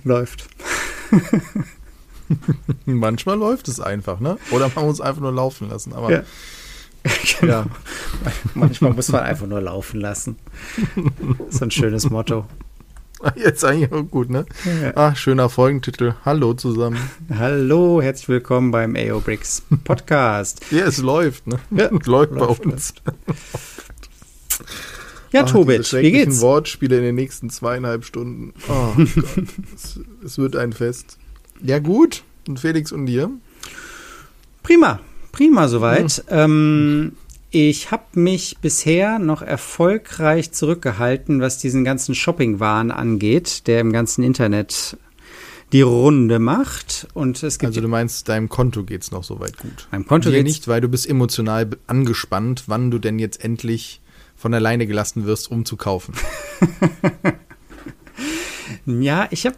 läuft. Manchmal läuft es einfach, ne? Oder man muss einfach nur laufen lassen. Aber ja. Genau. Ja. Manchmal muss man einfach nur laufen lassen. So ein schönes Motto. Jetzt eigentlich auch gut, ne? Ja. Ach, schöner Folgentitel. Hallo zusammen. Hallo, herzlich willkommen beim AO Bricks Podcast. Ja, es läuft, ne? Ja, läuft bei uns. Ja, Tobit, wie geht's? Wortspiele in den nächsten 2,5 Stunden. Oh Gott, es wird ein Fest. Ja, gut. Und Felix und dir? Prima soweit. Ich habe mich bisher noch erfolgreich zurückgehalten, was diesen ganzen Shopping-Wahn angeht, der im ganzen Internet die Runde macht. Und es gibt also du meinst, deinem Konto geht's noch soweit gut? Meinem Konto dir geht's nicht, weil du bist emotional angespannt, wann du denn jetzt endlich von alleine gelassen wirst, um zu kaufen. Ja, ich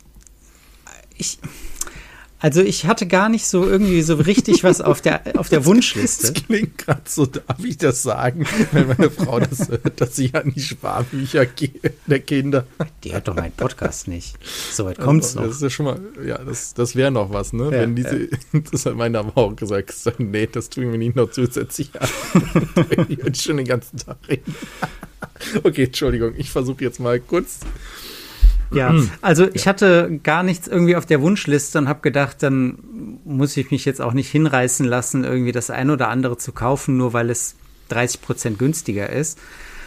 hatte gar nicht so irgendwie so richtig was auf der Wunschliste. Das klingt gerade so, darf ich das sagen, wenn meine Frau das hört, dass sie an die Sparbücher geht, der Kinder. Die hört doch meinen Podcast nicht. So weit kommt's noch. Das ist ja schon mal, ja, das wäre noch was, ne? Ja, wenn diese, das hat meine aber auch gesagt, nee, das tun wir nicht noch zusätzlich an. Ich höre schon den ganzen Tag reden. Okay, Entschuldigung, ich versuche jetzt mal kurz. Ja, also ich hatte gar nichts irgendwie auf der Wunschliste und habe gedacht, dann muss ich mich jetzt auch nicht hinreißen lassen, irgendwie das ein oder andere zu kaufen, nur weil es 30% günstiger ist.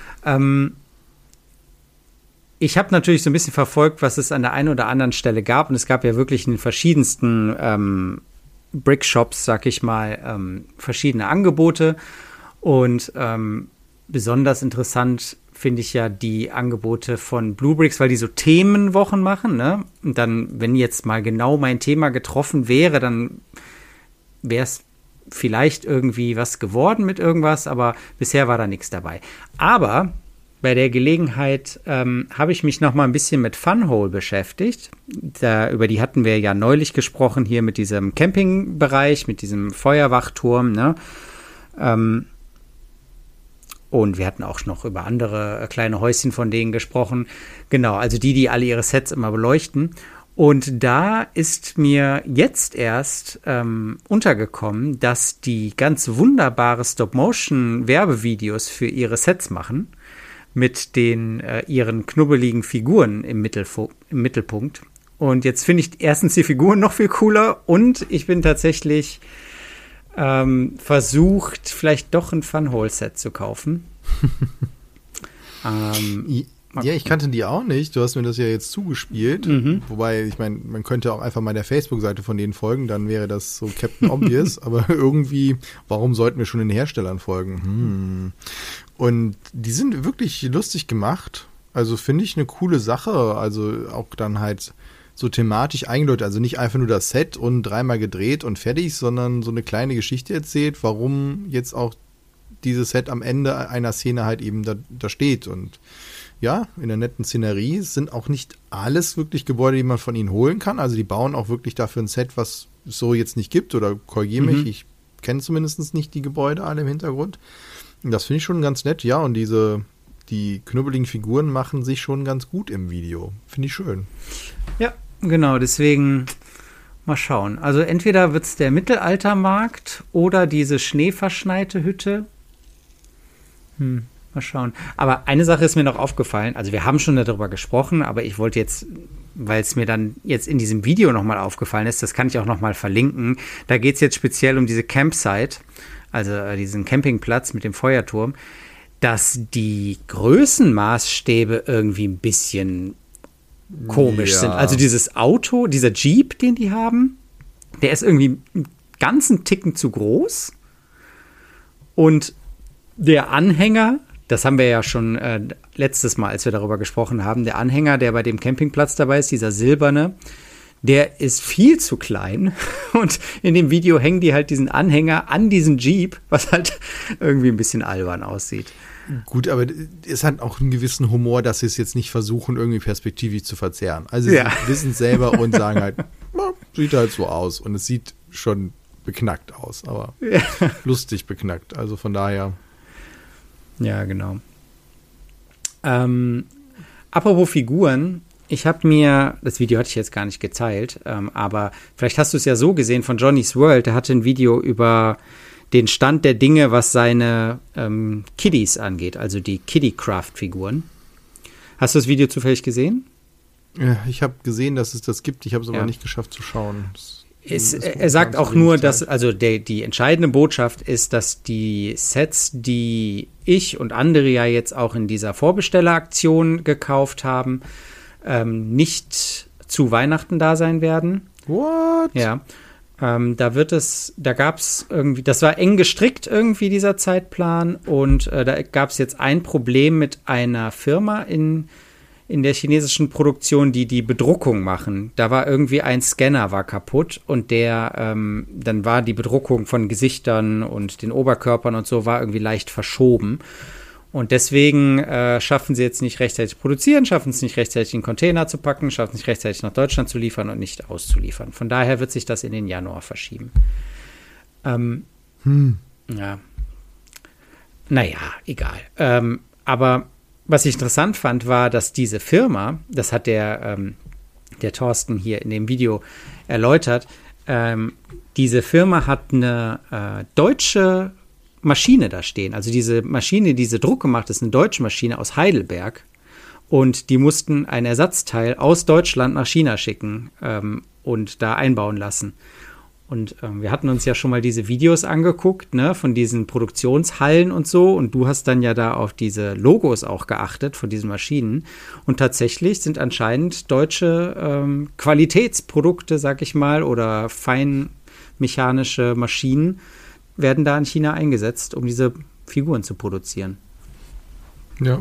Ich habe natürlich so ein bisschen verfolgt, was es an der einen oder anderen Stelle gab, und es gab ja wirklich in den verschiedensten Brickshops, sag ich mal, verschiedene Angebote, und besonders interessant finde ich ja die Angebote von Bluebricks, weil die so Themenwochen machen, ne? Und dann, wenn jetzt mal genau mein Thema getroffen wäre, dann wäre es vielleicht irgendwie was geworden mit irgendwas, aber bisher war da nichts dabei. Aber bei der Gelegenheit habe ich mich noch mal ein bisschen mit Funhole beschäftigt. Über die hatten wir ja neulich gesprochen, hier mit diesem Campingbereich, mit diesem Feuerwachturm, ne? Und wir hatten auch noch über andere kleine Häuschen von denen gesprochen. Genau, also die alle ihre Sets immer beleuchten. Und da ist mir jetzt erst untergekommen, dass die ganz wunderbare Stop-Motion-Werbevideos für ihre Sets machen. Mit den ihren knubbeligen Figuren im Mittelpunkt. Und jetzt finde ich erstens die Figuren noch viel cooler. Und ich bin tatsächlich versucht, vielleicht doch ein Funhole-Set zu kaufen. Ja, ich kannte die auch nicht. Du hast mir das ja jetzt zugespielt. Wobei, ich meine, man könnte auch einfach mal der Facebook-Seite von denen folgen, dann wäre das so Captain Obvious. Aber irgendwie, warum sollten wir schon den Herstellern folgen? Und die sind wirklich lustig gemacht. Also finde ich eine coole Sache. Also auch dann halt so thematisch eingedeutet, also nicht einfach nur das Set und dreimal gedreht und fertig, sondern so eine kleine Geschichte erzählt, warum jetzt auch dieses Set am Ende einer Szene halt eben da steht. Und ja, in der netten Szenerie sind auch nicht alles wirklich Gebäude, die man von ihnen holen kann. Also die bauen auch wirklich dafür ein Set, was es so jetzt nicht gibt, oder korrigiere mich, ich kenne zumindest nicht die Gebäude alle im Hintergrund. Und das finde ich schon ganz nett, ja, und die knubbeligen Figuren machen sich schon ganz gut im Video. Finde ich schön. Ja, genau, deswegen mal schauen. Also entweder wird es der Mittelaltermarkt oder diese schneeverschneite Hütte. Mal schauen. Aber eine Sache ist mir noch aufgefallen. Also wir haben schon darüber gesprochen, aber ich wollte jetzt, weil es mir dann jetzt in diesem Video nochmal aufgefallen ist, das kann ich auch nochmal verlinken. Da geht es jetzt speziell um diese Campsite, also diesen Campingplatz mit dem Feuerturm, dass die Größenmaßstäbe irgendwie ein bisschen komisch sind. Also dieses Auto, dieser Jeep, den die haben, der ist irgendwie einen ganzen Ticken zu groß. Und der Anhänger, das haben wir ja schon letztes Mal, als wir darüber gesprochen haben, der Anhänger, der bei dem Campingplatz dabei ist, dieser silberne, der ist viel zu klein. Und in dem Video hängen die halt diesen Anhänger an diesen Jeep, was halt irgendwie ein bisschen albern aussieht. Gut, aber es hat auch einen gewissen Humor, dass sie es jetzt nicht versuchen, irgendwie perspektivisch zu verzerren. Also sie wissen es selber und sagen halt, sieht halt so aus. Und es sieht schon beknackt aus, aber lustig beknackt. Also von daher. Ja, genau. Apropos Figuren, Ich habe mir, das Video hatte ich jetzt gar nicht geteilt, aber vielleicht hast du es ja so gesehen von Johnny's World, der hatte ein Video über den Stand der Dinge, was seine Kiddies angeht, also die Kiddie-Craft-Figuren. Hast du das Video zufällig gesehen? Ja, ich habe gesehen, dass es das gibt, ich habe es aber nicht geschafft zu schauen. Er sagt auch nur, dass, also die entscheidende Botschaft ist, dass die Sets, die ich und andere ja jetzt auch in dieser Vorbestelleraktion gekauft haben, nicht zu Weihnachten da sein werden. What? Ja. Da gab es irgendwie, das war eng gestrickt irgendwie, dieser Zeitplan, und da gab es jetzt ein Problem mit einer Firma in der chinesischen Produktion, die Bedruckung machen. Da war irgendwie ein Scanner war kaputt und dann war die Bedruckung von Gesichtern und den Oberkörpern und so war irgendwie leicht verschoben. Und deswegen schaffen sie jetzt nicht rechtzeitig produzieren, schaffen es nicht rechtzeitig in Container zu packen, schaffen es nicht rechtzeitig nach Deutschland zu liefern und nicht auszuliefern. Von daher wird sich das in den Januar verschieben. Ja. Naja, egal. Aber was ich interessant fand, war, dass diese Firma, das hat der Thorsten hier in dem Video erläutert, diese Firma hat eine deutsche Maschine da stehen. Also diese Maschine, die diese Drucke macht, ist eine deutsche Maschine aus Heidelberg. Und die mussten ein Ersatzteil aus Deutschland nach China schicken und da einbauen lassen. Und wir hatten uns ja schon mal diese Videos angeguckt, ne, von diesen Produktionshallen und so. Und du hast dann ja da auf diese Logos auch geachtet von diesen Maschinen. Und tatsächlich sind anscheinend deutsche Qualitätsprodukte, sag ich mal, oder feinmechanische Maschinen werden da in China eingesetzt, um diese Figuren zu produzieren. Ja.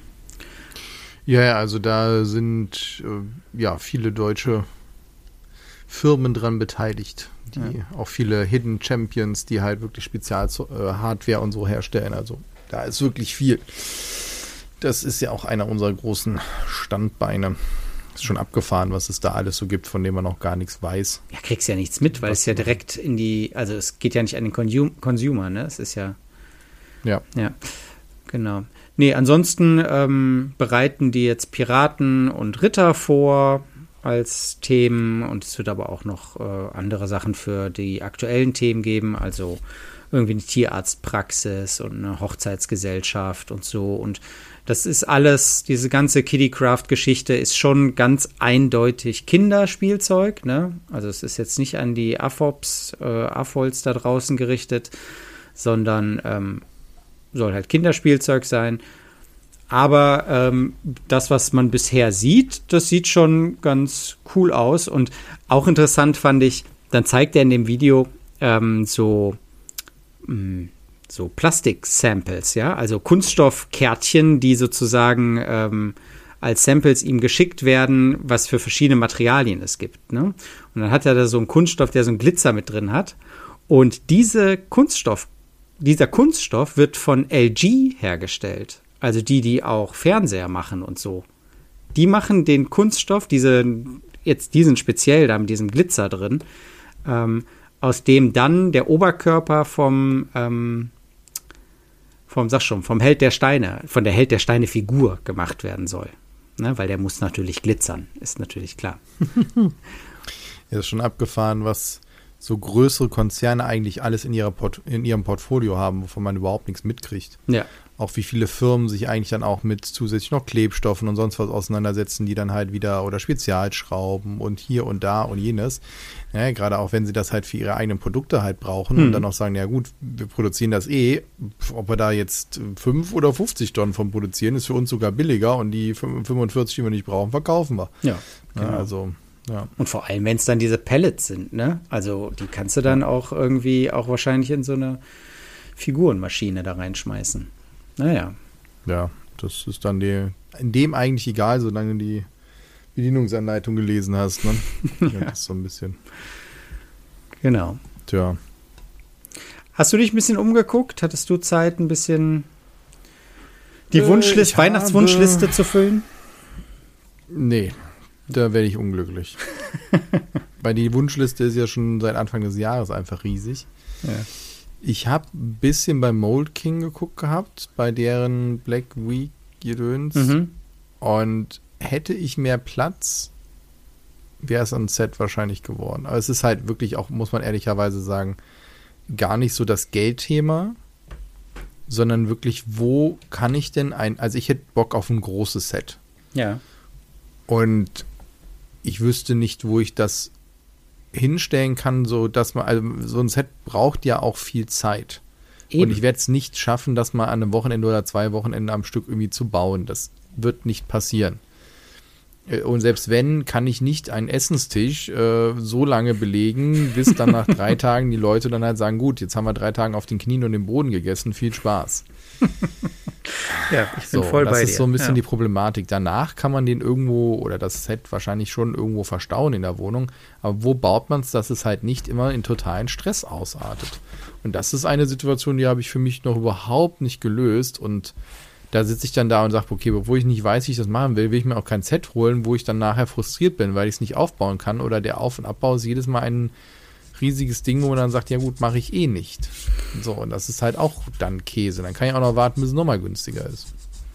Ja, also da sind viele deutsche Firmen dran beteiligt, auch viele Hidden Champions, die halt wirklich Spezial-Hardware und so herstellen. Also da ist wirklich viel. Das ist ja auch einer unserer großen Standbeine. Ist schon abgefahren, was es da alles so gibt, von dem man noch gar nichts weiß. Ja, kriegst ja nichts mit, weil es ja direkt also es geht ja nicht an den Consumer, ne? Es ist ja. Ja, genau. Nee, ansonsten bereiten die jetzt Piraten und Ritter vor als Themen, und es wird aber auch noch andere Sachen für die aktuellen Themen geben, also irgendwie eine Tierarztpraxis und eine Hochzeitsgesellschaft und so, und das ist alles, diese ganze Kiddie-Craft-Geschichte ist schon ganz eindeutig Kinderspielzeug, ne? Also es ist jetzt nicht an die AFOLs da draußen gerichtet, sondern soll halt Kinderspielzeug sein. Aber das, was man bisher sieht, das sieht schon ganz cool aus. Und auch interessant fand ich, dann zeigt er in dem Video so Plastik-Samples, ja, also Kunststoffkärtchen, die sozusagen als Samples ihm geschickt werden, was für verschiedene Materialien es gibt, ne? Und dann hat er da so einen Kunststoff, der so einen Glitzer mit drin hat. Und dieser Kunststoff wird von LG hergestellt. Also die auch Fernseher machen und so. Die machen den Kunststoff, diesen speziell da mit diesem Glitzer drin, aus dem dann der Oberkörper vom Held der Steine, von der Held der Steine Figur gemacht werden soll. Ne? Weil der muss natürlich glitzern, ist natürlich klar. Ja, ist schon abgefahren, was so größere Konzerne eigentlich alles in ihrem Portfolio haben, wovon man überhaupt nichts mitkriegt. Ja. Auch wie viele Firmen sich eigentlich dann auch mit zusätzlich noch Klebstoffen und sonst was auseinandersetzen, die dann halt wieder, oder Spezialschrauben und hier und da und jenes. Ja, gerade auch wenn sie das halt für ihre eigenen Produkte halt brauchen und dann auch sagen, ja gut, wir produzieren das ob wir da jetzt 5 oder 50 Tonnen von produzieren, ist für uns sogar billiger, und die 45, die wir nicht brauchen, verkaufen wir. Ja, genau. Ja, also ja. Und vor allem, wenn es dann diese Pellets sind, ne? Also die kannst du dann auch irgendwie auch wahrscheinlich in so eine Figurenmaschine da reinschmeißen. Naja. Ja, das ist dann in dem eigentlich egal, solange du die Bedienungsanleitung gelesen hast, ne? Ja. Das ist so ein bisschen. Genau. Tja. Hast du dich ein bisschen umgeguckt? Hattest du Zeit, ein bisschen die Weihnachtswunschliste zu füllen? Nee. Da werde ich unglücklich. Weil die Wunschliste ist ja schon seit Anfang des Jahres einfach riesig. Ja. Ich habe ein bisschen bei Mold King geguckt gehabt, bei deren Black Week Gedöns. Und hätte ich mehr Platz, wäre es ein Set wahrscheinlich geworden. Aber es ist halt wirklich auch, muss man ehrlicherweise sagen, gar nicht so das Geldthema, sondern wirklich, wo kann ich denn also ich hätte Bock auf ein großes Set. Ja. Und ich wüsste nicht, wo ich das hinstellen kann, so dass man, also so ein Set braucht ja auch viel Zeit. Eben. Und ich werde es nicht schaffen, das mal an einem Wochenende oder 2 Wochenende am Stück irgendwie zu bauen. Das wird nicht passieren. Und selbst wenn, kann ich nicht einen Essenstisch so lange belegen, bis dann nach 3 Tagen die Leute dann halt sagen, gut, jetzt haben wir 3 Tage auf den Knien und dem Boden gegessen, viel Spaß. Ja, ich bin voll bei dir. Das ist so ein bisschen die Problematik. Danach kann man den irgendwo, oder das Set wahrscheinlich schon irgendwo verstauen in der Wohnung, aber wo baut man es, dass es halt nicht immer in totalen Stress ausartet? Und das ist eine Situation, die habe ich für mich noch überhaupt nicht gelöst, und da sitze ich dann da und sage, okay, bevor ich nicht weiß, wie ich das machen will, will ich mir auch kein Set holen, wo ich dann nachher frustriert bin, weil ich es nicht aufbauen kann, oder der Auf- und Abbau ist jedes Mal ein riesiges Ding, wo man dann sagt, ja gut, mache ich eh nicht. So, und das ist halt auch dann Käse. Dann kann ich auch noch warten, bis es nochmal günstiger ist.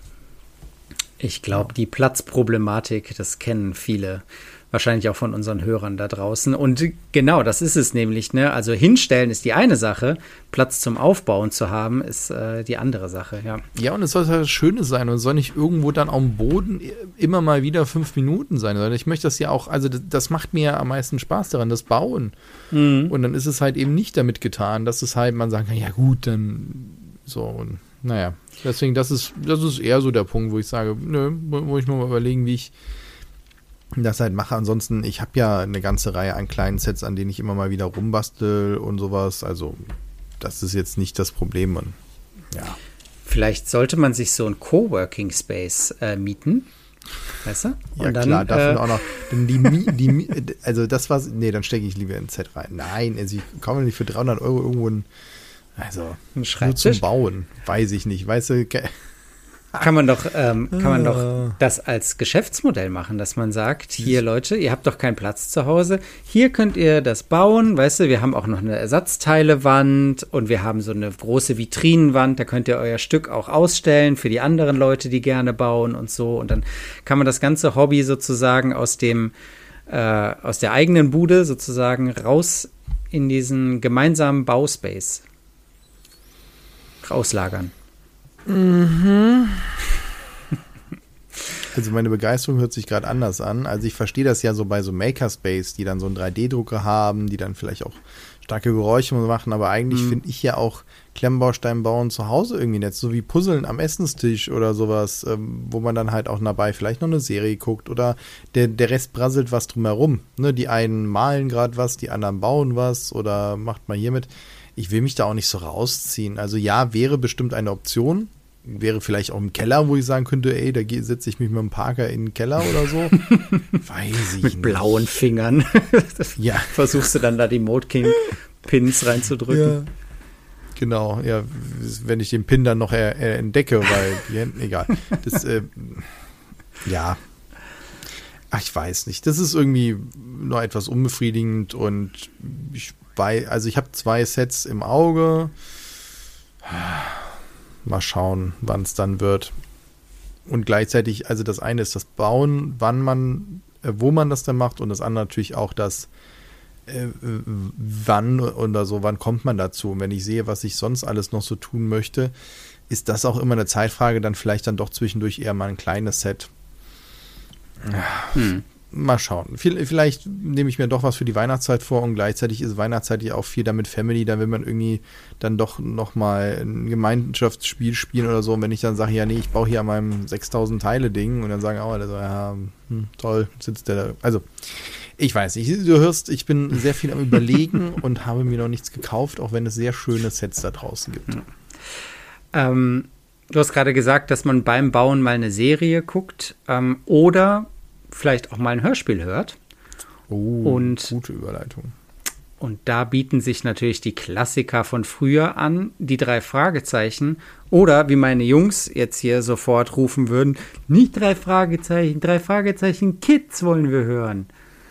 Ich glaube, die Platzproblematik, das kennen viele. Wahrscheinlich auch von unseren Hörern da draußen. Und genau, das ist es nämlich, ne? Also hinstellen ist die eine Sache, Platz zum Aufbauen zu haben, ist die andere Sache, ja. Ja, und es soll halt das Schöne sein und es soll nicht irgendwo dann am Boden immer mal wieder 5 Minuten sein, sondern ich möchte das ja auch, also das macht mir ja am meisten Spaß daran, das Bauen. Mhm. Und dann ist es halt eben nicht damit getan, dass es halt, man sagen kann, ja gut, dann so, und naja. Deswegen, das ist eher so der Punkt, wo ich sage, nö, muss ich mal überlegen, wie ich das halt mache. Ansonsten, ich habe ja eine ganze Reihe an kleinen Sets, an denen ich immer mal wieder rumbastel und sowas. Also, das ist jetzt nicht das Problem. Und, ja. Vielleicht sollte man sich so ein Coworking Space mieten. Weißt du? Ja, und dann, klar, davon auch noch. Also, das war's. Nee, dann stecke ich lieber in ein Set rein. Nein, also ich komme nicht für 300 € irgendwo ein Schreibtisch? Nur zum Bauen. Weiß ich nicht. Weißt du, kann man doch das als Geschäftsmodell machen, dass man sagt, hier Leute, ihr habt doch keinen Platz zu Hause, hier könnt ihr das bauen, weißt du, wir haben auch noch eine Ersatzteilewand und wir haben so eine große Vitrinenwand, da könnt ihr euer Stück auch ausstellen für die anderen Leute, die gerne bauen und so, und dann kann man das ganze Hobby sozusagen aus der eigenen Bude sozusagen raus in diesen gemeinsamen Bauspace rauslagern. Mhm. Also meine Begeisterung hört sich gerade anders an. Also ich verstehe das ja so bei so Makerspace, die dann so einen 3D-Drucker haben, die dann vielleicht auch starke Geräusche machen, aber eigentlich finde ich ja auch Klemmbaustein bauen zu Hause irgendwie nett, so wie Puzzeln am Essenstisch oder sowas, wo man dann halt auch dabei vielleicht noch eine Serie guckt oder der Rest brasselt was drumherum. Ne? Die einen malen gerade was, die anderen bauen was oder macht mal hiermit. Ich will mich da auch nicht so rausziehen. Also ja, wäre bestimmt eine Option. Wäre vielleicht auch im Keller, wo ich sagen könnte, ey, da setze ich mich mit dem Parker in den Keller oder so. Weiß ich mit nicht. Blauen Fingern. Ja. Versuchst du dann da die Mode King-Pins reinzudrücken. Ja. Genau, ja, wenn ich den Pin dann noch entdecke, weil die Hände, egal. Das, ja. Ach, ich weiß nicht. Das ist irgendwie noch etwas unbefriedigend und ich habe 2 Sets im Auge. Mal schauen, wann es dann wird. Und gleichzeitig, also das eine ist das Bauen, wo man das dann macht, und das andere natürlich auch das wann oder so, wann kommt man dazu. Und wenn ich sehe, was ich sonst alles noch so tun möchte, ist das auch immer eine Zeitfrage, dann vielleicht dann doch zwischendurch eher mal ein kleines Set. Mal schauen. Vielleicht nehme ich mir doch was für die Weihnachtszeit vor, und gleichzeitig ist Weihnachtszeit ja auch viel damit Family, da will man irgendwie dann doch nochmal ein Gemeinschaftsspiel spielen oder so, und wenn ich dann sage, ja nee, ich baue hier an meinem 6000 Teile Ding, und dann sagen auch alle so, ja, toll, sitzt der da. Also, ich weiß nicht, du hörst, ich bin sehr viel am Überlegen und habe mir noch nichts gekauft, auch wenn es sehr schöne Sets da draußen gibt. Du hast gerade gesagt, dass man beim Bauen mal eine Serie guckt oder vielleicht auch mal ein Hörspiel hört. Gute Überleitung. Und da bieten sich natürlich die Klassiker von früher an, die 3 Fragezeichen. Oder, wie meine Jungs jetzt hier sofort rufen würden, nicht 3 Fragezeichen, 3 Fragezeichen Kids wollen wir hören.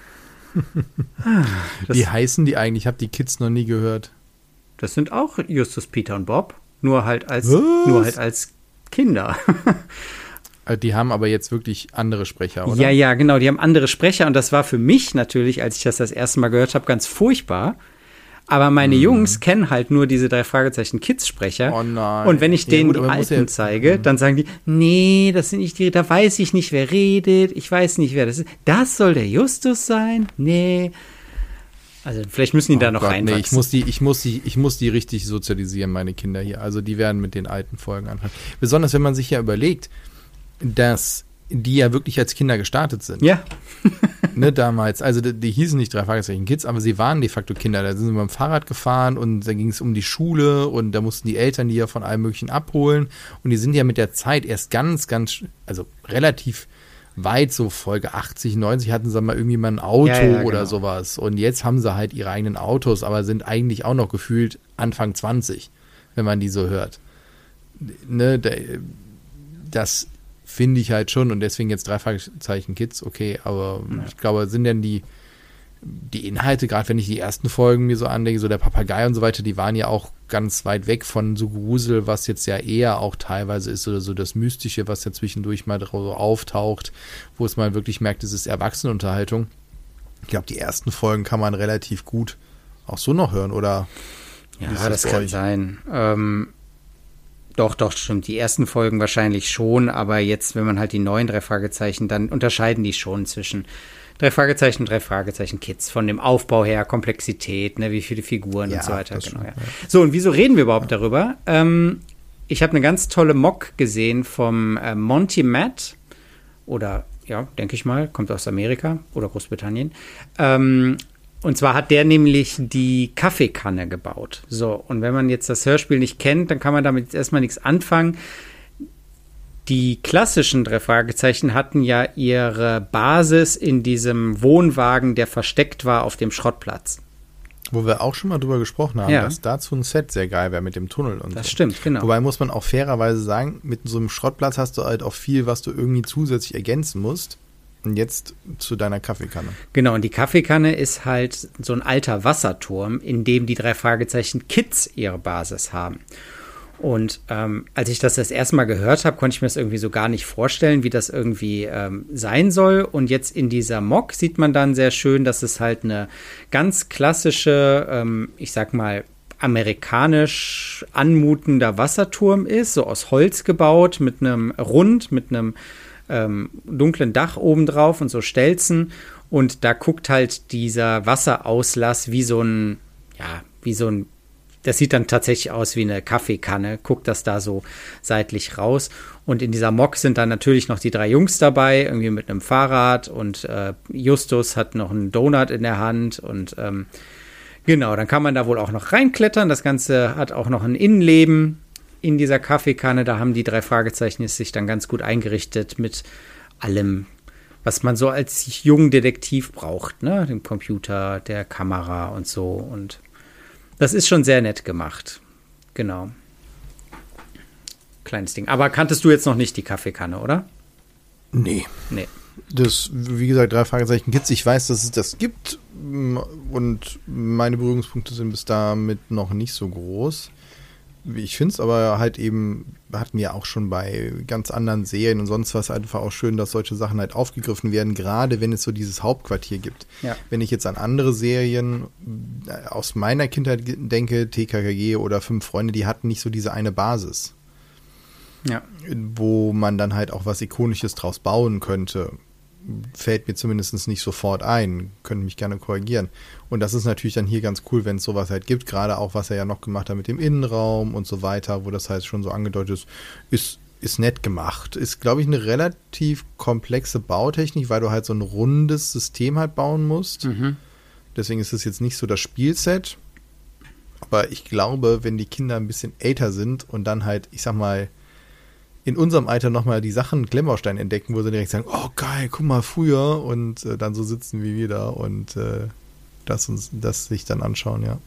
Wie heißen die eigentlich? Ich habe die Kids noch nie gehört. Das sind auch Justus, Peter und Bob, nur halt als Kinder. Die haben aber jetzt wirklich andere Sprecher, oder? Ja, ja, genau, die haben andere Sprecher und das war für mich natürlich, als ich das erste Mal gehört habe, ganz furchtbar. Aber meine Jungs kennen halt nur diese 3 Fragezeichen Kids-Sprecher. Oh nein. Und wenn ich denen gut, die alten zeige, dann sagen die, nee, das sind nicht die, da weiß ich nicht, wer redet, ich weiß nicht, wer das ist. Das soll der Justus sein? Nee. Also vielleicht müssen die da noch reinwachsen. Nee, ich muss die richtig sozialisieren, meine Kinder hier. Also die werden mit den alten Folgen anfangen. Besonders wenn man sich ja überlegt, dass die ja wirklich als Kinder gestartet sind. Ja. Ne, damals. Also die hießen nicht 3 Fragezeichen Kids, aber sie waren de facto Kinder. Da sind sie mit dem Fahrrad gefahren und da ging es um die Schule und da mussten die Eltern die ja von allem Möglichen abholen. Und die sind ja mit der Zeit erst also relativ weit, so Folge 80, 90 hatten sie mal irgendwie mal ein Auto oder sowas. Und jetzt haben sie halt ihre eigenen Autos, aber sind eigentlich auch noch gefühlt Anfang 20, wenn man die so hört. Ne, das finde ich halt schon und deswegen jetzt 3 Fragezeichen Kids, okay, aber ich glaube, sind denn die Inhalte, gerade wenn ich die ersten Folgen mir so andenke, so der Papagei und so weiter, die waren ja auch ganz weit weg von so Grusel, was jetzt ja eher auch teilweise ist oder so das Mystische, was ja zwischendurch mal so auftaucht, wo es mal wirklich merkt, es ist Erwachsenenunterhaltung. Ich glaube, die ersten Folgen kann man relativ gut auch so noch hören, oder? Ja, das kann sein. Doch, stimmt. Die ersten Folgen wahrscheinlich schon, aber jetzt, wenn man halt die neuen 3 Fragezeichen, dann unterscheiden die schon zwischen 3 Fragezeichen und 3 Fragezeichen Kids. Von dem Aufbau her, Komplexität, ne, wie viele Figuren und so weiter. Genau, ja. So, und wieso reden wir überhaupt darüber? Ich habe eine ganz tolle Mock gesehen vom Monty Matt, oder, ja, denke ich mal, kommt aus Amerika oder Großbritannien. Und zwar hat der nämlich die Kaffeekanne gebaut. So, und wenn man jetzt das Hörspiel nicht kennt, dann kann man damit jetzt erstmal nichts anfangen. Die klassischen 3 Fragezeichen hatten ja ihre Basis in diesem Wohnwagen, der versteckt war auf dem Schrottplatz. Wo wir auch schon mal drüber gesprochen haben, dass dazu ein Set sehr geil wäre mit dem Tunnel und so. Das stimmt, genau. Wobei muss man auch fairerweise sagen, mit so einem Schrottplatz hast du halt auch viel, was du irgendwie zusätzlich ergänzen musst. Und jetzt zu deiner Kaffeekanne. Genau, und die Kaffeekanne ist halt so ein alter Wasserturm, in dem die 3 Fragezeichen Kids ihre Basis haben. Und als ich das erste Mal gehört habe, konnte ich mir das irgendwie so gar nicht vorstellen, wie das irgendwie sein soll. Und jetzt in dieser Mock sieht man dann sehr schön, dass es halt eine ganz klassische, ich sag mal, amerikanisch anmutender Wasserturm ist, so aus Holz gebaut, mit einem dunklen Dach obendrauf und so Stelzen. Und da guckt halt dieser Wasserauslass das sieht dann tatsächlich aus wie eine Kaffeekanne, guckt das da so seitlich raus. Und in dieser Mock sind dann natürlich noch die 3 Jungs dabei, irgendwie mit einem Fahrrad und Justus hat noch einen Donut in der Hand und genau, dann kann man da wohl auch noch reinklettern. Das Ganze hat auch noch ein Innenleben in dieser Kaffeekanne. Da haben die 3 Fragezeichen sich dann ganz gut eingerichtet mit allem, was man so als junger Detektiv braucht, ne? Dem Computer, der Kamera und so. Und das ist schon sehr nett gemacht. Genau. Kleines Ding. Aber kanntest du jetzt noch nicht die Kaffeekanne, oder? Nee. Das, wie gesagt, 3 Fragezeichen Kids. Ich weiß, dass es das gibt und meine Berührungspunkte sind bis damit noch nicht so groß. Ich finde es aber halt eben, hatten wir auch schon bei ganz anderen Serien und sonst was, einfach auch schön, dass solche Sachen halt aufgegriffen werden, gerade wenn es so dieses Hauptquartier gibt. Ja. Wenn ich jetzt an andere Serien aus meiner Kindheit denke, TKKG oder 5 Freunde, die hatten nicht so diese eine Basis. Ja. Wo man dann halt auch was Ikonisches draus bauen könnte. Fällt mir zumindest nicht sofort ein. Können mich gerne korrigieren. Und das ist natürlich dann hier ganz cool, wenn es sowas halt gibt. Gerade auch, was er ja noch gemacht hat mit dem Innenraum und so weiter, wo das halt schon so angedeutet ist nett gemacht. Ist, glaube ich, eine relativ komplexe Bautechnik, weil du halt so ein rundes System halt bauen musst. Mhm. Deswegen ist es jetzt nicht so das Spielset. Aber ich glaube, wenn die Kinder ein bisschen älter sind und dann halt, ich sag mal, in unserem Alter nochmal die Sachen Klemmbaustein entdecken, wo sie direkt sagen, oh geil, guck mal früher und dann so sitzen wie wir da und das sich dann anschauen, ja.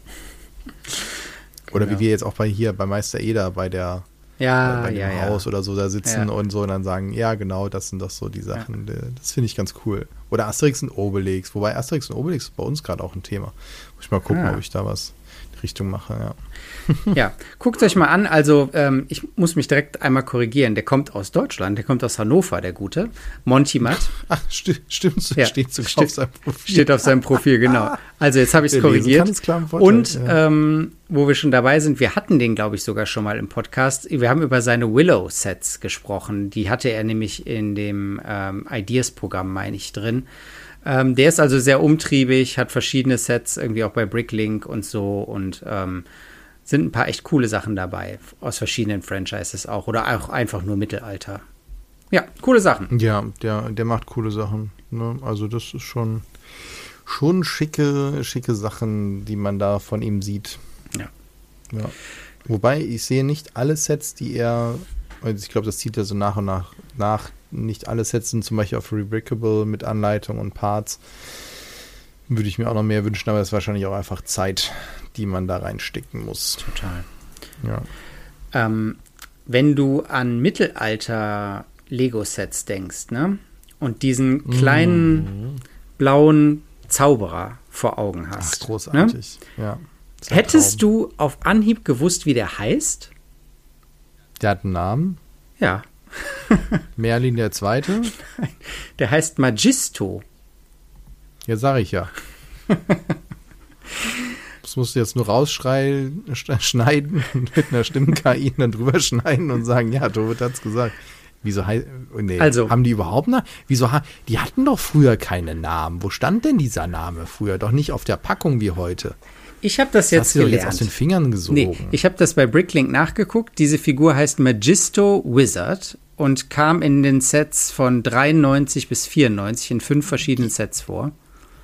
Oder wie wir jetzt auch bei Meister Eder bei dem Haus oder so da sitzen und so und dann sagen, ja genau, das sind doch so die Sachen, das finde ich ganz cool. Oder Asterix und Obelix, wobei Asterix und Obelix ist bei uns gerade auch ein Thema. Muss ich mal gucken, ob ich da was Richtung mache, ja. Ja, guckt euch mal an. Also ich muss mich direkt einmal korrigieren. Der kommt aus Deutschland, der kommt aus Hannover, der Gute. Monty Matt. Ach, stimmt, Ja, steht sogar auf seinem Profil. Steht auf seinem Profil, genau. Also jetzt habe ich es korrigiert. Und wo wir schon dabei sind, wir hatten den, glaube ich, sogar schon mal im Podcast. Wir haben über seine Willow-Sets gesprochen. Die hatte er nämlich in dem Ideas-Programm, meine ich, drin. Der ist also sehr umtriebig, hat verschiedene Sets, irgendwie auch bei Bricklink und so und sind ein paar echt coole Sachen dabei, aus verschiedenen Franchises auch oder auch einfach nur Mittelalter. Ja, coole Sachen. Ja, der macht coole Sachen. Ne? Also das ist schon schicke nach die man da von ihm sieht. Ja. Wobei, ich sehe nicht alle Sets, die er, also ich glaube, das zieht er so nach und nach, nicht alle Sets sind zum Beispiel auf Rebrickable mit Anleitung und Parts. Würde ich mir auch noch mehr wünschen, aber das ist wahrscheinlich auch einfach Zeit, die man da reinstecken muss. Total. Ja. Wenn du an Mittelalter-Lego-Sets denkst, ne? Und diesen kleinen blauen Zauberer vor Augen hast. Ach, großartig. Ne? Ja. Hättest du auf Anhieb gewusst, wie der heißt? Der hat einen Namen. Ja. Merlin der Zweite. Der heißt Magisto. Ja, sag ich ja. Das musst du jetzt nur rausschneiden mit einer Stimmen-KI und dann drüber schneiden und sagen, ja, David hat's gesagt. Wieso also, haben die überhaupt die hatten doch früher keine Namen. Wo stand denn dieser Name früher? Doch nicht auf der Packung wie heute. Ich habe das jetzt gelernt. Jetzt aus den Fingern gesogen. Nee, ich habe das bei Bricklink nachgeguckt. Diese Figur heißt Magisto Wizard und kam in den Sets von 93 bis 94 in 5 verschiedenen Sets vor.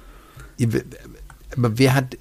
Aber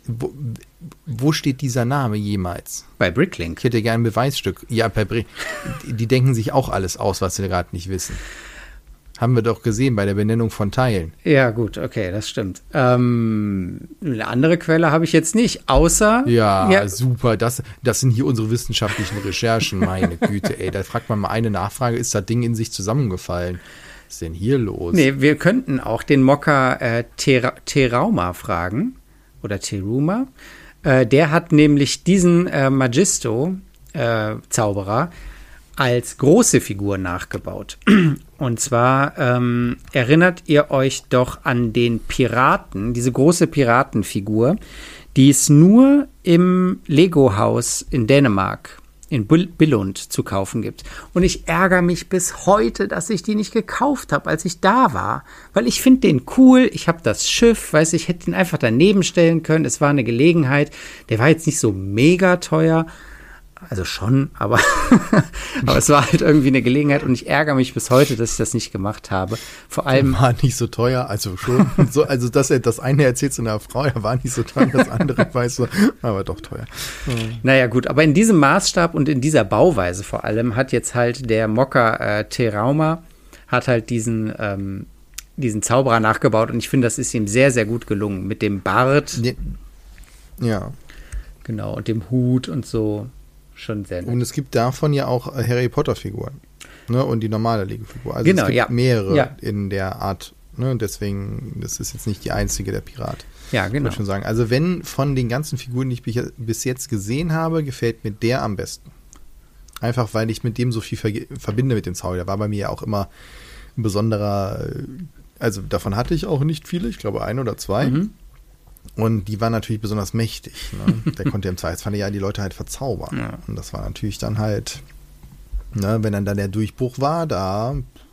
wo steht dieser Name jemals? Bei Bricklink. Ich hätte gerne ein Beweisstück. Ja, die denken sich auch alles aus, was sie gerade nicht wissen. Haben wir doch gesehen bei der Benennung von Teilen. Ja, gut, okay, das stimmt. Eine andere Quelle habe ich jetzt nicht, außer... Ja, super, das sind hier unsere wissenschaftlichen Recherchen, meine Güte, ey. Da fragt man mal eine Nachfrage, ist das Ding in sich zusammengefallen? Was ist denn hier los? Nee, wir könnten auch den Mocker Terauma fragen, oder Teruma. Der hat nämlich diesen Magisto-Zauberer als große Figur nachgebaut. Und zwar erinnert ihr euch doch an den Piraten, diese große Piratenfigur, die es nur im Lego-Haus in Dänemark, in Billund zu kaufen gibt. Und ich ärgere mich bis heute, dass ich die nicht gekauft habe, als ich da war. Weil ich finde den cool, ich habe das Schiff, ich hätte ihn einfach daneben stellen können. Es war eine Gelegenheit. Der war jetzt nicht so mega teuer. Also schon, aber es war halt irgendwie eine Gelegenheit und ich ärgere mich bis heute, dass ich das nicht gemacht habe. Vor allem. War nicht so teuer, also schon. Also, dass er das eine erzählt zu einer Frau, er war nicht so teuer, das andere weiß so, aber doch teuer. Naja, gut, aber in diesem Maßstab und in dieser Bauweise vor allem hat jetzt halt der Mocker Terauma hat halt diesen Zauberer nachgebaut und ich finde, das ist ihm sehr, sehr gut gelungen. Mit dem Bart. Ja. Genau, und dem Hut und so. Schon sehr nett. Und es gibt davon ja auch Harry Potter-Figuren. Ne? Und die normale Lego-Figur. Also genau, es gibt mehrere ja. in der Art. Ne? Deswegen, das ist jetzt nicht die einzige, der Pirat. Ja, genau. Ich würde schon sagen. Also wenn von den ganzen Figuren, die ich bis jetzt gesehen habe, gefällt mir der am besten. Einfach, weil ich mit dem so viel verbinde mit dem Zauber. Der war bei mir ja auch immer ein besonderer, also davon hatte ich auch nicht viele, ich glaube 1 oder 2. Mhm. Und die war natürlich besonders mächtig. Ne? Der konnte im Zweifelsfall ja die Leute halt verzaubern. Ja. Und das war natürlich dann halt, ne, wenn dann der Durchbruch war, da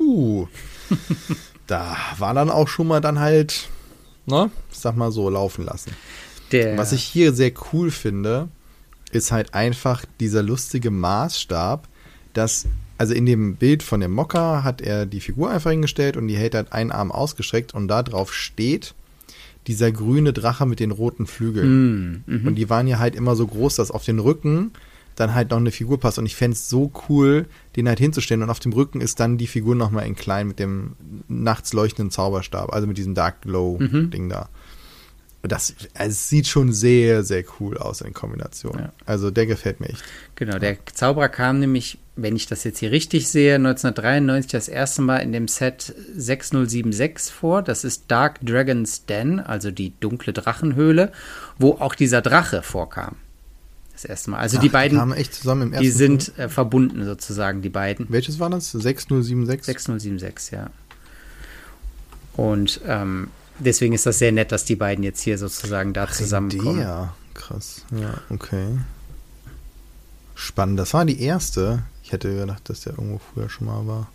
war dann auch schon mal dann halt, ne, ich sag mal so, laufen lassen. Was ich hier sehr cool finde, ist halt einfach dieser lustige Maßstab, dass, also in dem Bild von dem Mocker hat er die Figur einfach hingestellt und die hält halt einen Arm ausgestreckt und da drauf steht dieser grüne Drache mit den roten Flügeln. Und die waren ja halt immer so groß, dass auf den Rücken dann halt noch eine Figur passt. Und ich fände es so cool, den halt hinzustellen. Und auf dem Rücken ist dann die Figur nochmal in klein mit dem nachts leuchtenden Zauberstab. Also mit diesem Dark Glow-Ding da. Das, also es sieht schon sehr, sehr cool aus in Kombination. Ja. Also der gefällt mir echt. Genau, der Zauberer kam nämlich, wenn ich das jetzt hier richtig sehe, 1993 das erste Mal in dem Set 6076 vor. Das ist Dark Dragon's Den, also die dunkle Drachenhöhle, wo auch dieser Drache vorkam. Das erste Mal. Also die beiden, die kamen echt zusammen im ersten die sind verbunden sozusagen, die beiden. Welches war das? 6076? 6076, ja. Und deswegen ist das sehr nett, dass die beiden jetzt hier sozusagen da zusammenkommen. Ja, krass. Ja, okay. Spannend. Das war die erste. Ich hätte gedacht, dass der irgendwo früher schon mal war.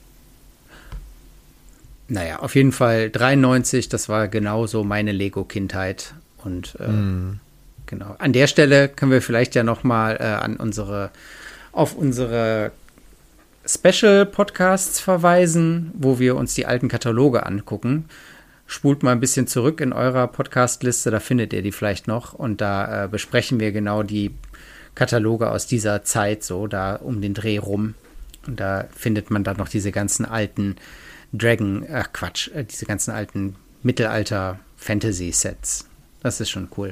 Naja, auf jeden Fall 93, das war genauso meine Lego-Kindheit. Und genau. An der Stelle können wir vielleicht ja noch mal auf unsere Special-Podcasts verweisen, wo wir uns die alten Kataloge angucken. Spult mal ein bisschen zurück in eurer Podcast-Liste, da findet ihr die vielleicht noch. Und da besprechen wir genau die Kataloge aus dieser Zeit, so da um den Dreh rum. Und da findet man dann noch diese ganzen alten diese ganzen alten Mittelalter-Fantasy-Sets. Das ist schon cool.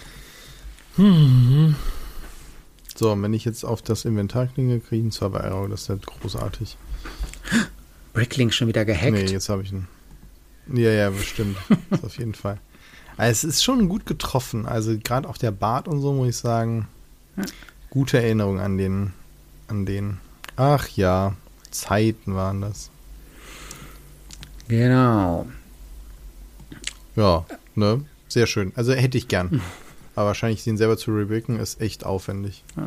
So, wenn ich jetzt auf das Inventar klinge, kriege ich einen Server-Error. Das ist ja großartig. Bricklink schon wieder gehackt? Nee, jetzt habe ich einen. Ja, bestimmt. Das auf jeden Fall. Also, es ist schon gut getroffen. Also gerade auch der Bart und so, muss ich sagen. Gute Erinnerung an den. Ach ja, Zeiten waren das. Genau. Ja, ne? Sehr schön. Also hätte ich gern. Aber wahrscheinlich den selber zu rebricken ist echt aufwendig. Ja.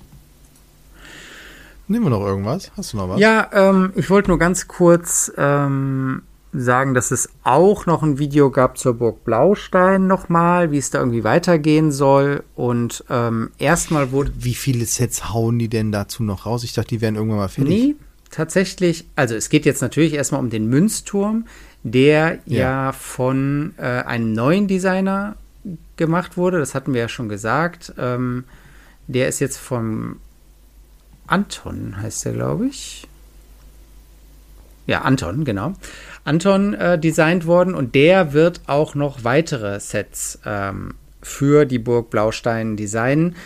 Nehmen wir noch irgendwas? Hast du noch was? Ja, ich wollte nur ganz kurz sagen, dass es auch noch ein Video gab zur Burg Blaustein nochmal, wie es da irgendwie weitergehen soll. Und erstmal wurde... Wie viele Sets hauen die denn dazu noch raus? Ich dachte, die wären irgendwann mal fertig. Nee, tatsächlich, also es geht jetzt natürlich erstmal um den Münzturm, der ja von einem neuen Designer gemacht wurde. Das hatten wir ja schon gesagt. Der ist jetzt vom Anton, heißt der, glaube ich. Ja, Anton, genau. Anton designt worden und der wird auch noch weitere Sets für die Burg Blaustein designen.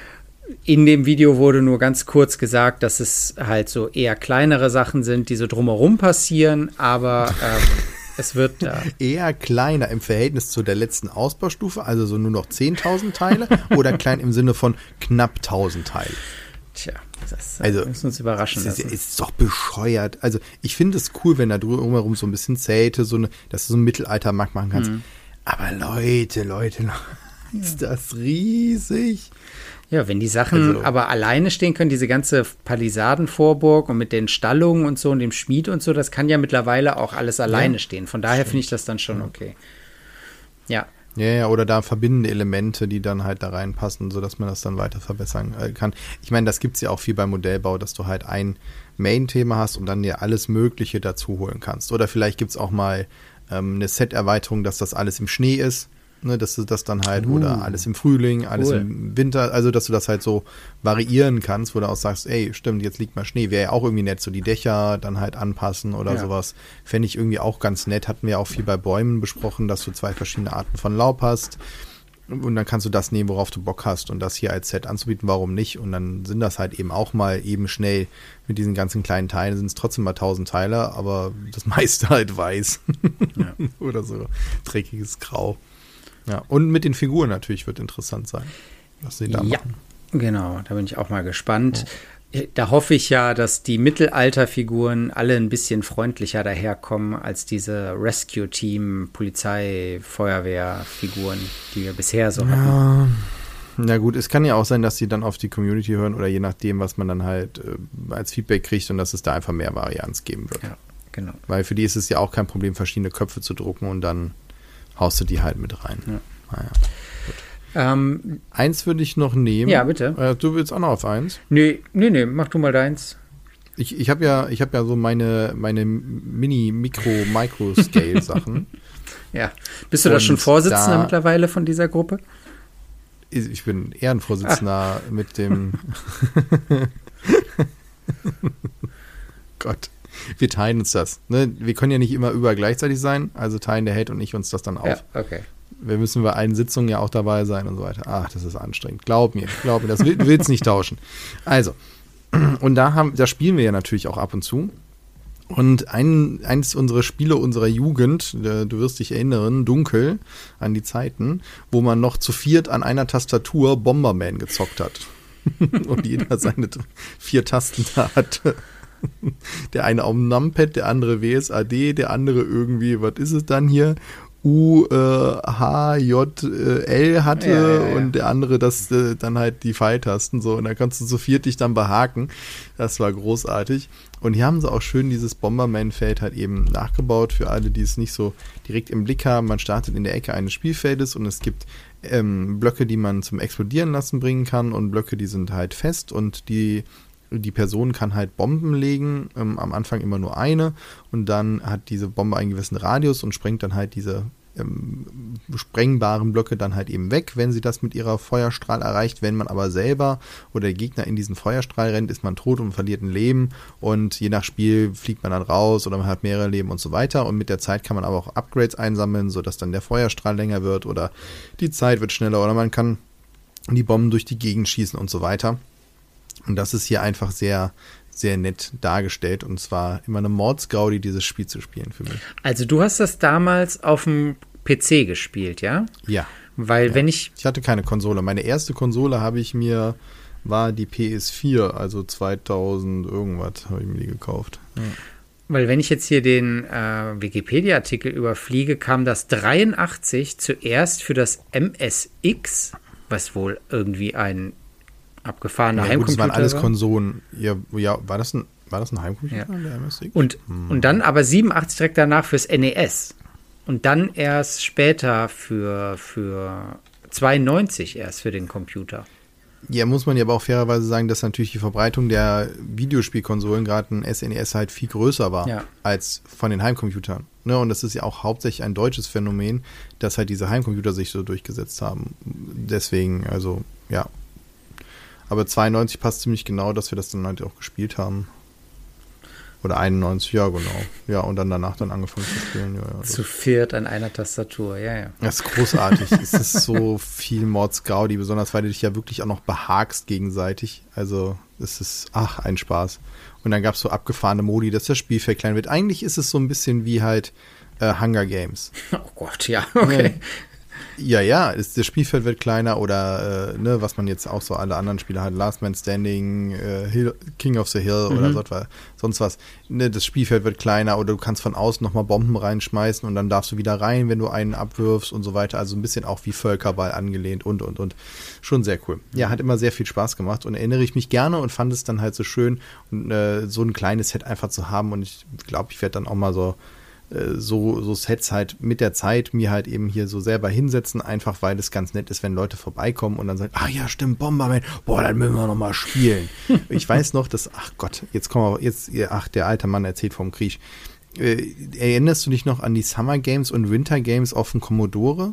In dem Video wurde nur ganz kurz gesagt, dass es halt so eher kleinere Sachen sind, die so drumherum passieren, aber es wird eher kleiner im Verhältnis zu der letzten Ausbaustufe, also so nur noch 10.000 Teile oder klein im Sinne von knapp 1.000 Teile? Tja, das also, müssen uns überraschen lassen. Ist doch bescheuert. Also ich finde es cool, wenn da drumherum so ein bisschen Zelte, dass du so ein Mittelalter-Markt machen kannst. Aber Leute, ist das riesig. Ja, wenn die Sachen aber alleine stehen können, diese ganze Palisadenvorburg und mit den Stallungen und so und dem Schmied und so, das kann ja mittlerweile auch alles alleine stehen. Von daher finde ich das dann schon okay. Ja. Ja, oder da verbindende Elemente, die dann halt da reinpassen, sodass man das dann weiter verbessern kann. Ich meine, das gibt's ja auch viel beim Modellbau, dass du halt ein Main-Thema hast und dann dir alles Mögliche dazu holen kannst. Oder vielleicht gibt's auch mal eine Set-Erweiterung, dass das alles im Schnee ist. Ne, dass du das dann halt, oder alles im Frühling, alles im Winter, also dass du das halt so variieren kannst, wo du auch sagst, ey, stimmt, jetzt liegt mal Schnee, wäre ja auch irgendwie nett, so die Dächer dann halt anpassen oder sowas. Fände ich irgendwie auch ganz nett, hatten wir auch viel bei Bäumen besprochen, dass du 2 verschiedene Arten von Laub hast und dann kannst du das nehmen, worauf du Bock hast und das hier als Set anzubieten, warum nicht? Und dann sind das halt eben auch mal eben schnell mit diesen ganzen kleinen Teilen, sind es trotzdem mal 1.000 Teile, aber das meiste halt weiß oder so dreckiges Grau. Ja, und mit den Figuren natürlich wird interessant sein, was sie da machen. Genau, da bin ich auch mal gespannt. Oh. Da hoffe ich ja, dass die Mittelalterfiguren alle ein bisschen freundlicher daherkommen als diese Rescue-Team, Polizei, Feuerwehr-Figuren, die wir bisher so hatten. Na gut, es kann ja auch sein, dass sie dann auf die Community hören oder je nachdem, was man dann halt als Feedback kriegt und dass es da einfach mehr Varianz geben wird. Ja, genau. Weil für die ist es ja auch kein Problem, verschiedene Köpfe zu drucken und dann haust du die halt mit rein. Ja. Naja, gut. Eins würde ich noch nehmen. Ja, bitte. Du willst auch noch auf eins? Nee, mach du mal deins. Ich habe ja so meine Micro-Scale-Sachen. Ja. Bist du da schon Vorsitzender mittlerweile von dieser Gruppe? Ich bin Ehrenvorsitzender mit dem Gott. Wir teilen uns das. Ne? Wir können ja nicht immer überall gleichzeitig sein, also teilen der Held und ich uns das dann auf. Ja, okay. Wir müssen bei allen Sitzungen ja auch dabei sein und so weiter. Ach, das ist anstrengend. Glaub mir, das willst nicht tauschen. Also, und da spielen wir ja natürlich auch ab und zu. Und eins unserer Spiele unserer Jugend, du wirst dich erinnern, dunkel an die Zeiten, wo man noch zu viert an einer Tastatur Bomberman gezockt hat. und jeder seine 4 Tasten da hat. Der eine auf dem Numpad, der andere WSAD, der andere irgendwie, was ist es dann hier? H, J, L hatte Ja. und der andere das dann halt die Pfeiltasten so und dann kannst du zu 4 dich dann behaken. Das war großartig. Und hier haben sie auch schön dieses Bomberman-Feld halt eben nachgebaut für alle, die es nicht so direkt im Blick haben. Man startet in der Ecke eines Spielfeldes und es gibt Blöcke, die man zum Explodieren lassen bringen kann und Blöcke, die sind halt fest und die Person kann halt Bomben legen, am Anfang immer nur eine und dann hat diese Bombe einen gewissen Radius und sprengt dann halt diese sprengbaren Blöcke dann halt eben weg, wenn sie das mit ihrer Feuerstrahl erreicht. Wenn man aber selber oder der Gegner in diesen Feuerstrahl rennt, ist man tot und verliert ein Leben und je nach Spiel fliegt man dann raus oder man hat mehrere Leben und so weiter und mit der Zeit kann man aber auch Upgrades einsammeln, sodass dann der Feuerstrahl länger wird oder die Zeit wird schneller oder man kann die Bomben durch die Gegend schießen und so weiter. Und das ist hier einfach sehr, sehr nett dargestellt. Und es war immer eine Mordsgaudi, dieses Spiel zu spielen für mich. Also du hast das damals auf dem PC gespielt, ja? Ja. Weil wenn ich... Ich hatte keine Konsole. Meine erste Konsole war die PS4, also 2000 irgendwas habe ich mir die gekauft. Ja. Weil wenn ich jetzt hier den Wikipedia-Artikel überfliege, kam das 83 zuerst für das MSX, was wohl irgendwie ein abgefahrener Heimcomputer das waren alles war. Konsolen. Ja, war das ein Heimcomputer, der MSX? Und dann aber 87 direkt danach fürs NES. Und dann erst später für 92 erst für den Computer. Ja, muss man ja aber auch fairerweise sagen, dass natürlich die Verbreitung der Videospielkonsolen, gerade ein SNES, halt viel größer war als von den Heimcomputern. Ne? Und das ist ja auch hauptsächlich ein deutsches Phänomen, dass halt diese Heimcomputer sich so durchgesetzt haben. Deswegen, also, ja. Aber 92 passt ziemlich genau, dass wir das dann halt auch gespielt haben. Oder 91, ja genau. Ja, und dann danach dann angefangen zu spielen. Ja, zu viert an einer Tastatur, ja. Das ist großartig. Es ist so viel Mordsgaudi, besonders weil du dich ja wirklich auch noch behagst gegenseitig. Also es ist, ein Spaß. Und dann gab es so abgefahrene Modi, dass das Spielfeld klein wird. Eigentlich ist es so ein bisschen wie halt Hunger Games. Oh Gott, ja, okay. Ja, das Spielfeld wird kleiner oder was man jetzt auch so alle anderen Spiele hat, Last Man Standing, King of the Hill oder sonst was. Ne, das Spielfeld wird kleiner oder du kannst von außen nochmal Bomben reinschmeißen und dann darfst du wieder rein, wenn du einen abwirfst und so weiter. Also ein bisschen auch wie Völkerball angelehnt und. Schon sehr cool. Ja, hat immer sehr viel Spaß gemacht und erinnere ich mich gerne und fand es dann halt so schön, so ein kleines Set einfach zu haben und ich glaube, ich werde dann auch mal so Sets halt mit der Zeit mir halt eben hier so selber hinsetzen, einfach weil es ganz nett ist, wenn Leute vorbeikommen und dann sagen, ja stimmt, Bomberman, dann müssen wir noch mal spielen. Ich weiß noch, dass, der alte Mann erzählt vom Krieg. Erinnerst du dich noch an die Summer Games und Winter Games auf dem Commodore?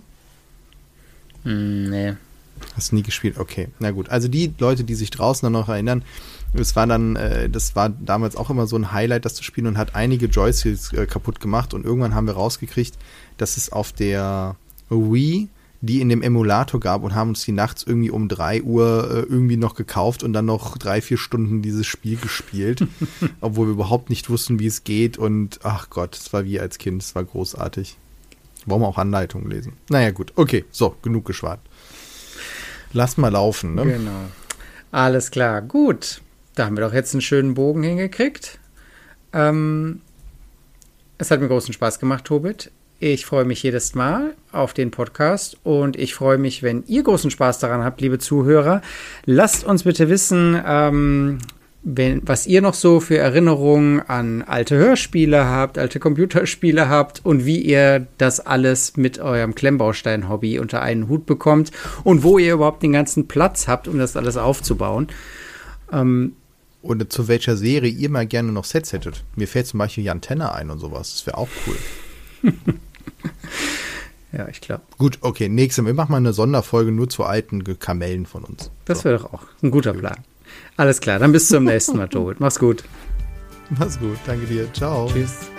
Nee. Hast du nie gespielt? Okay, na gut. Also die Leute, die sich draußen dann noch erinnern, das war damals auch immer so ein Highlight, das zu spielen und hat einige Joysticks kaputt gemacht und irgendwann haben wir rausgekriegt, dass es auf der Wii die in dem Emulator gab und haben uns die nachts irgendwie um 3 Uhr irgendwie noch gekauft und dann noch 3-4 Stunden dieses Spiel gespielt, obwohl wir überhaupt nicht wussten, wie es geht und ach Gott, es war wie als Kind, es war großartig. Wollen wir auch Anleitungen lesen? Naja gut, okay, so, genug geschwatzt. Lass mal laufen, ne? Genau. Alles klar, gut. Da haben wir doch jetzt einen schönen Bogen hingekriegt. Es hat mir großen Spaß gemacht, Tobit. Ich freue mich jedes Mal auf den Podcast und ich freue mich, wenn ihr großen Spaß daran habt, liebe Zuhörer. Lasst uns bitte wissen, was ihr noch so für Erinnerungen an alte Hörspiele habt, alte Computerspiele habt und wie ihr das alles mit eurem Klemmbaustein-Hobby unter einen Hut bekommt und wo ihr überhaupt den ganzen Platz habt, um das alles aufzubauen. Oder zu welcher Serie ihr mal gerne noch Sets hättet. Mir fällt zum Beispiel Jan Tenner ein und sowas. Das wäre auch cool. Ja, ich glaube. Gut, okay, wir machen mal eine Sonderfolge nur zu alten Kamellen von uns. Das wäre doch auch ein guter Plan. Alles klar, dann bis zum nächsten Mal, Tobit. Mach's gut. Mach's gut, danke dir. Ciao. Tschüss.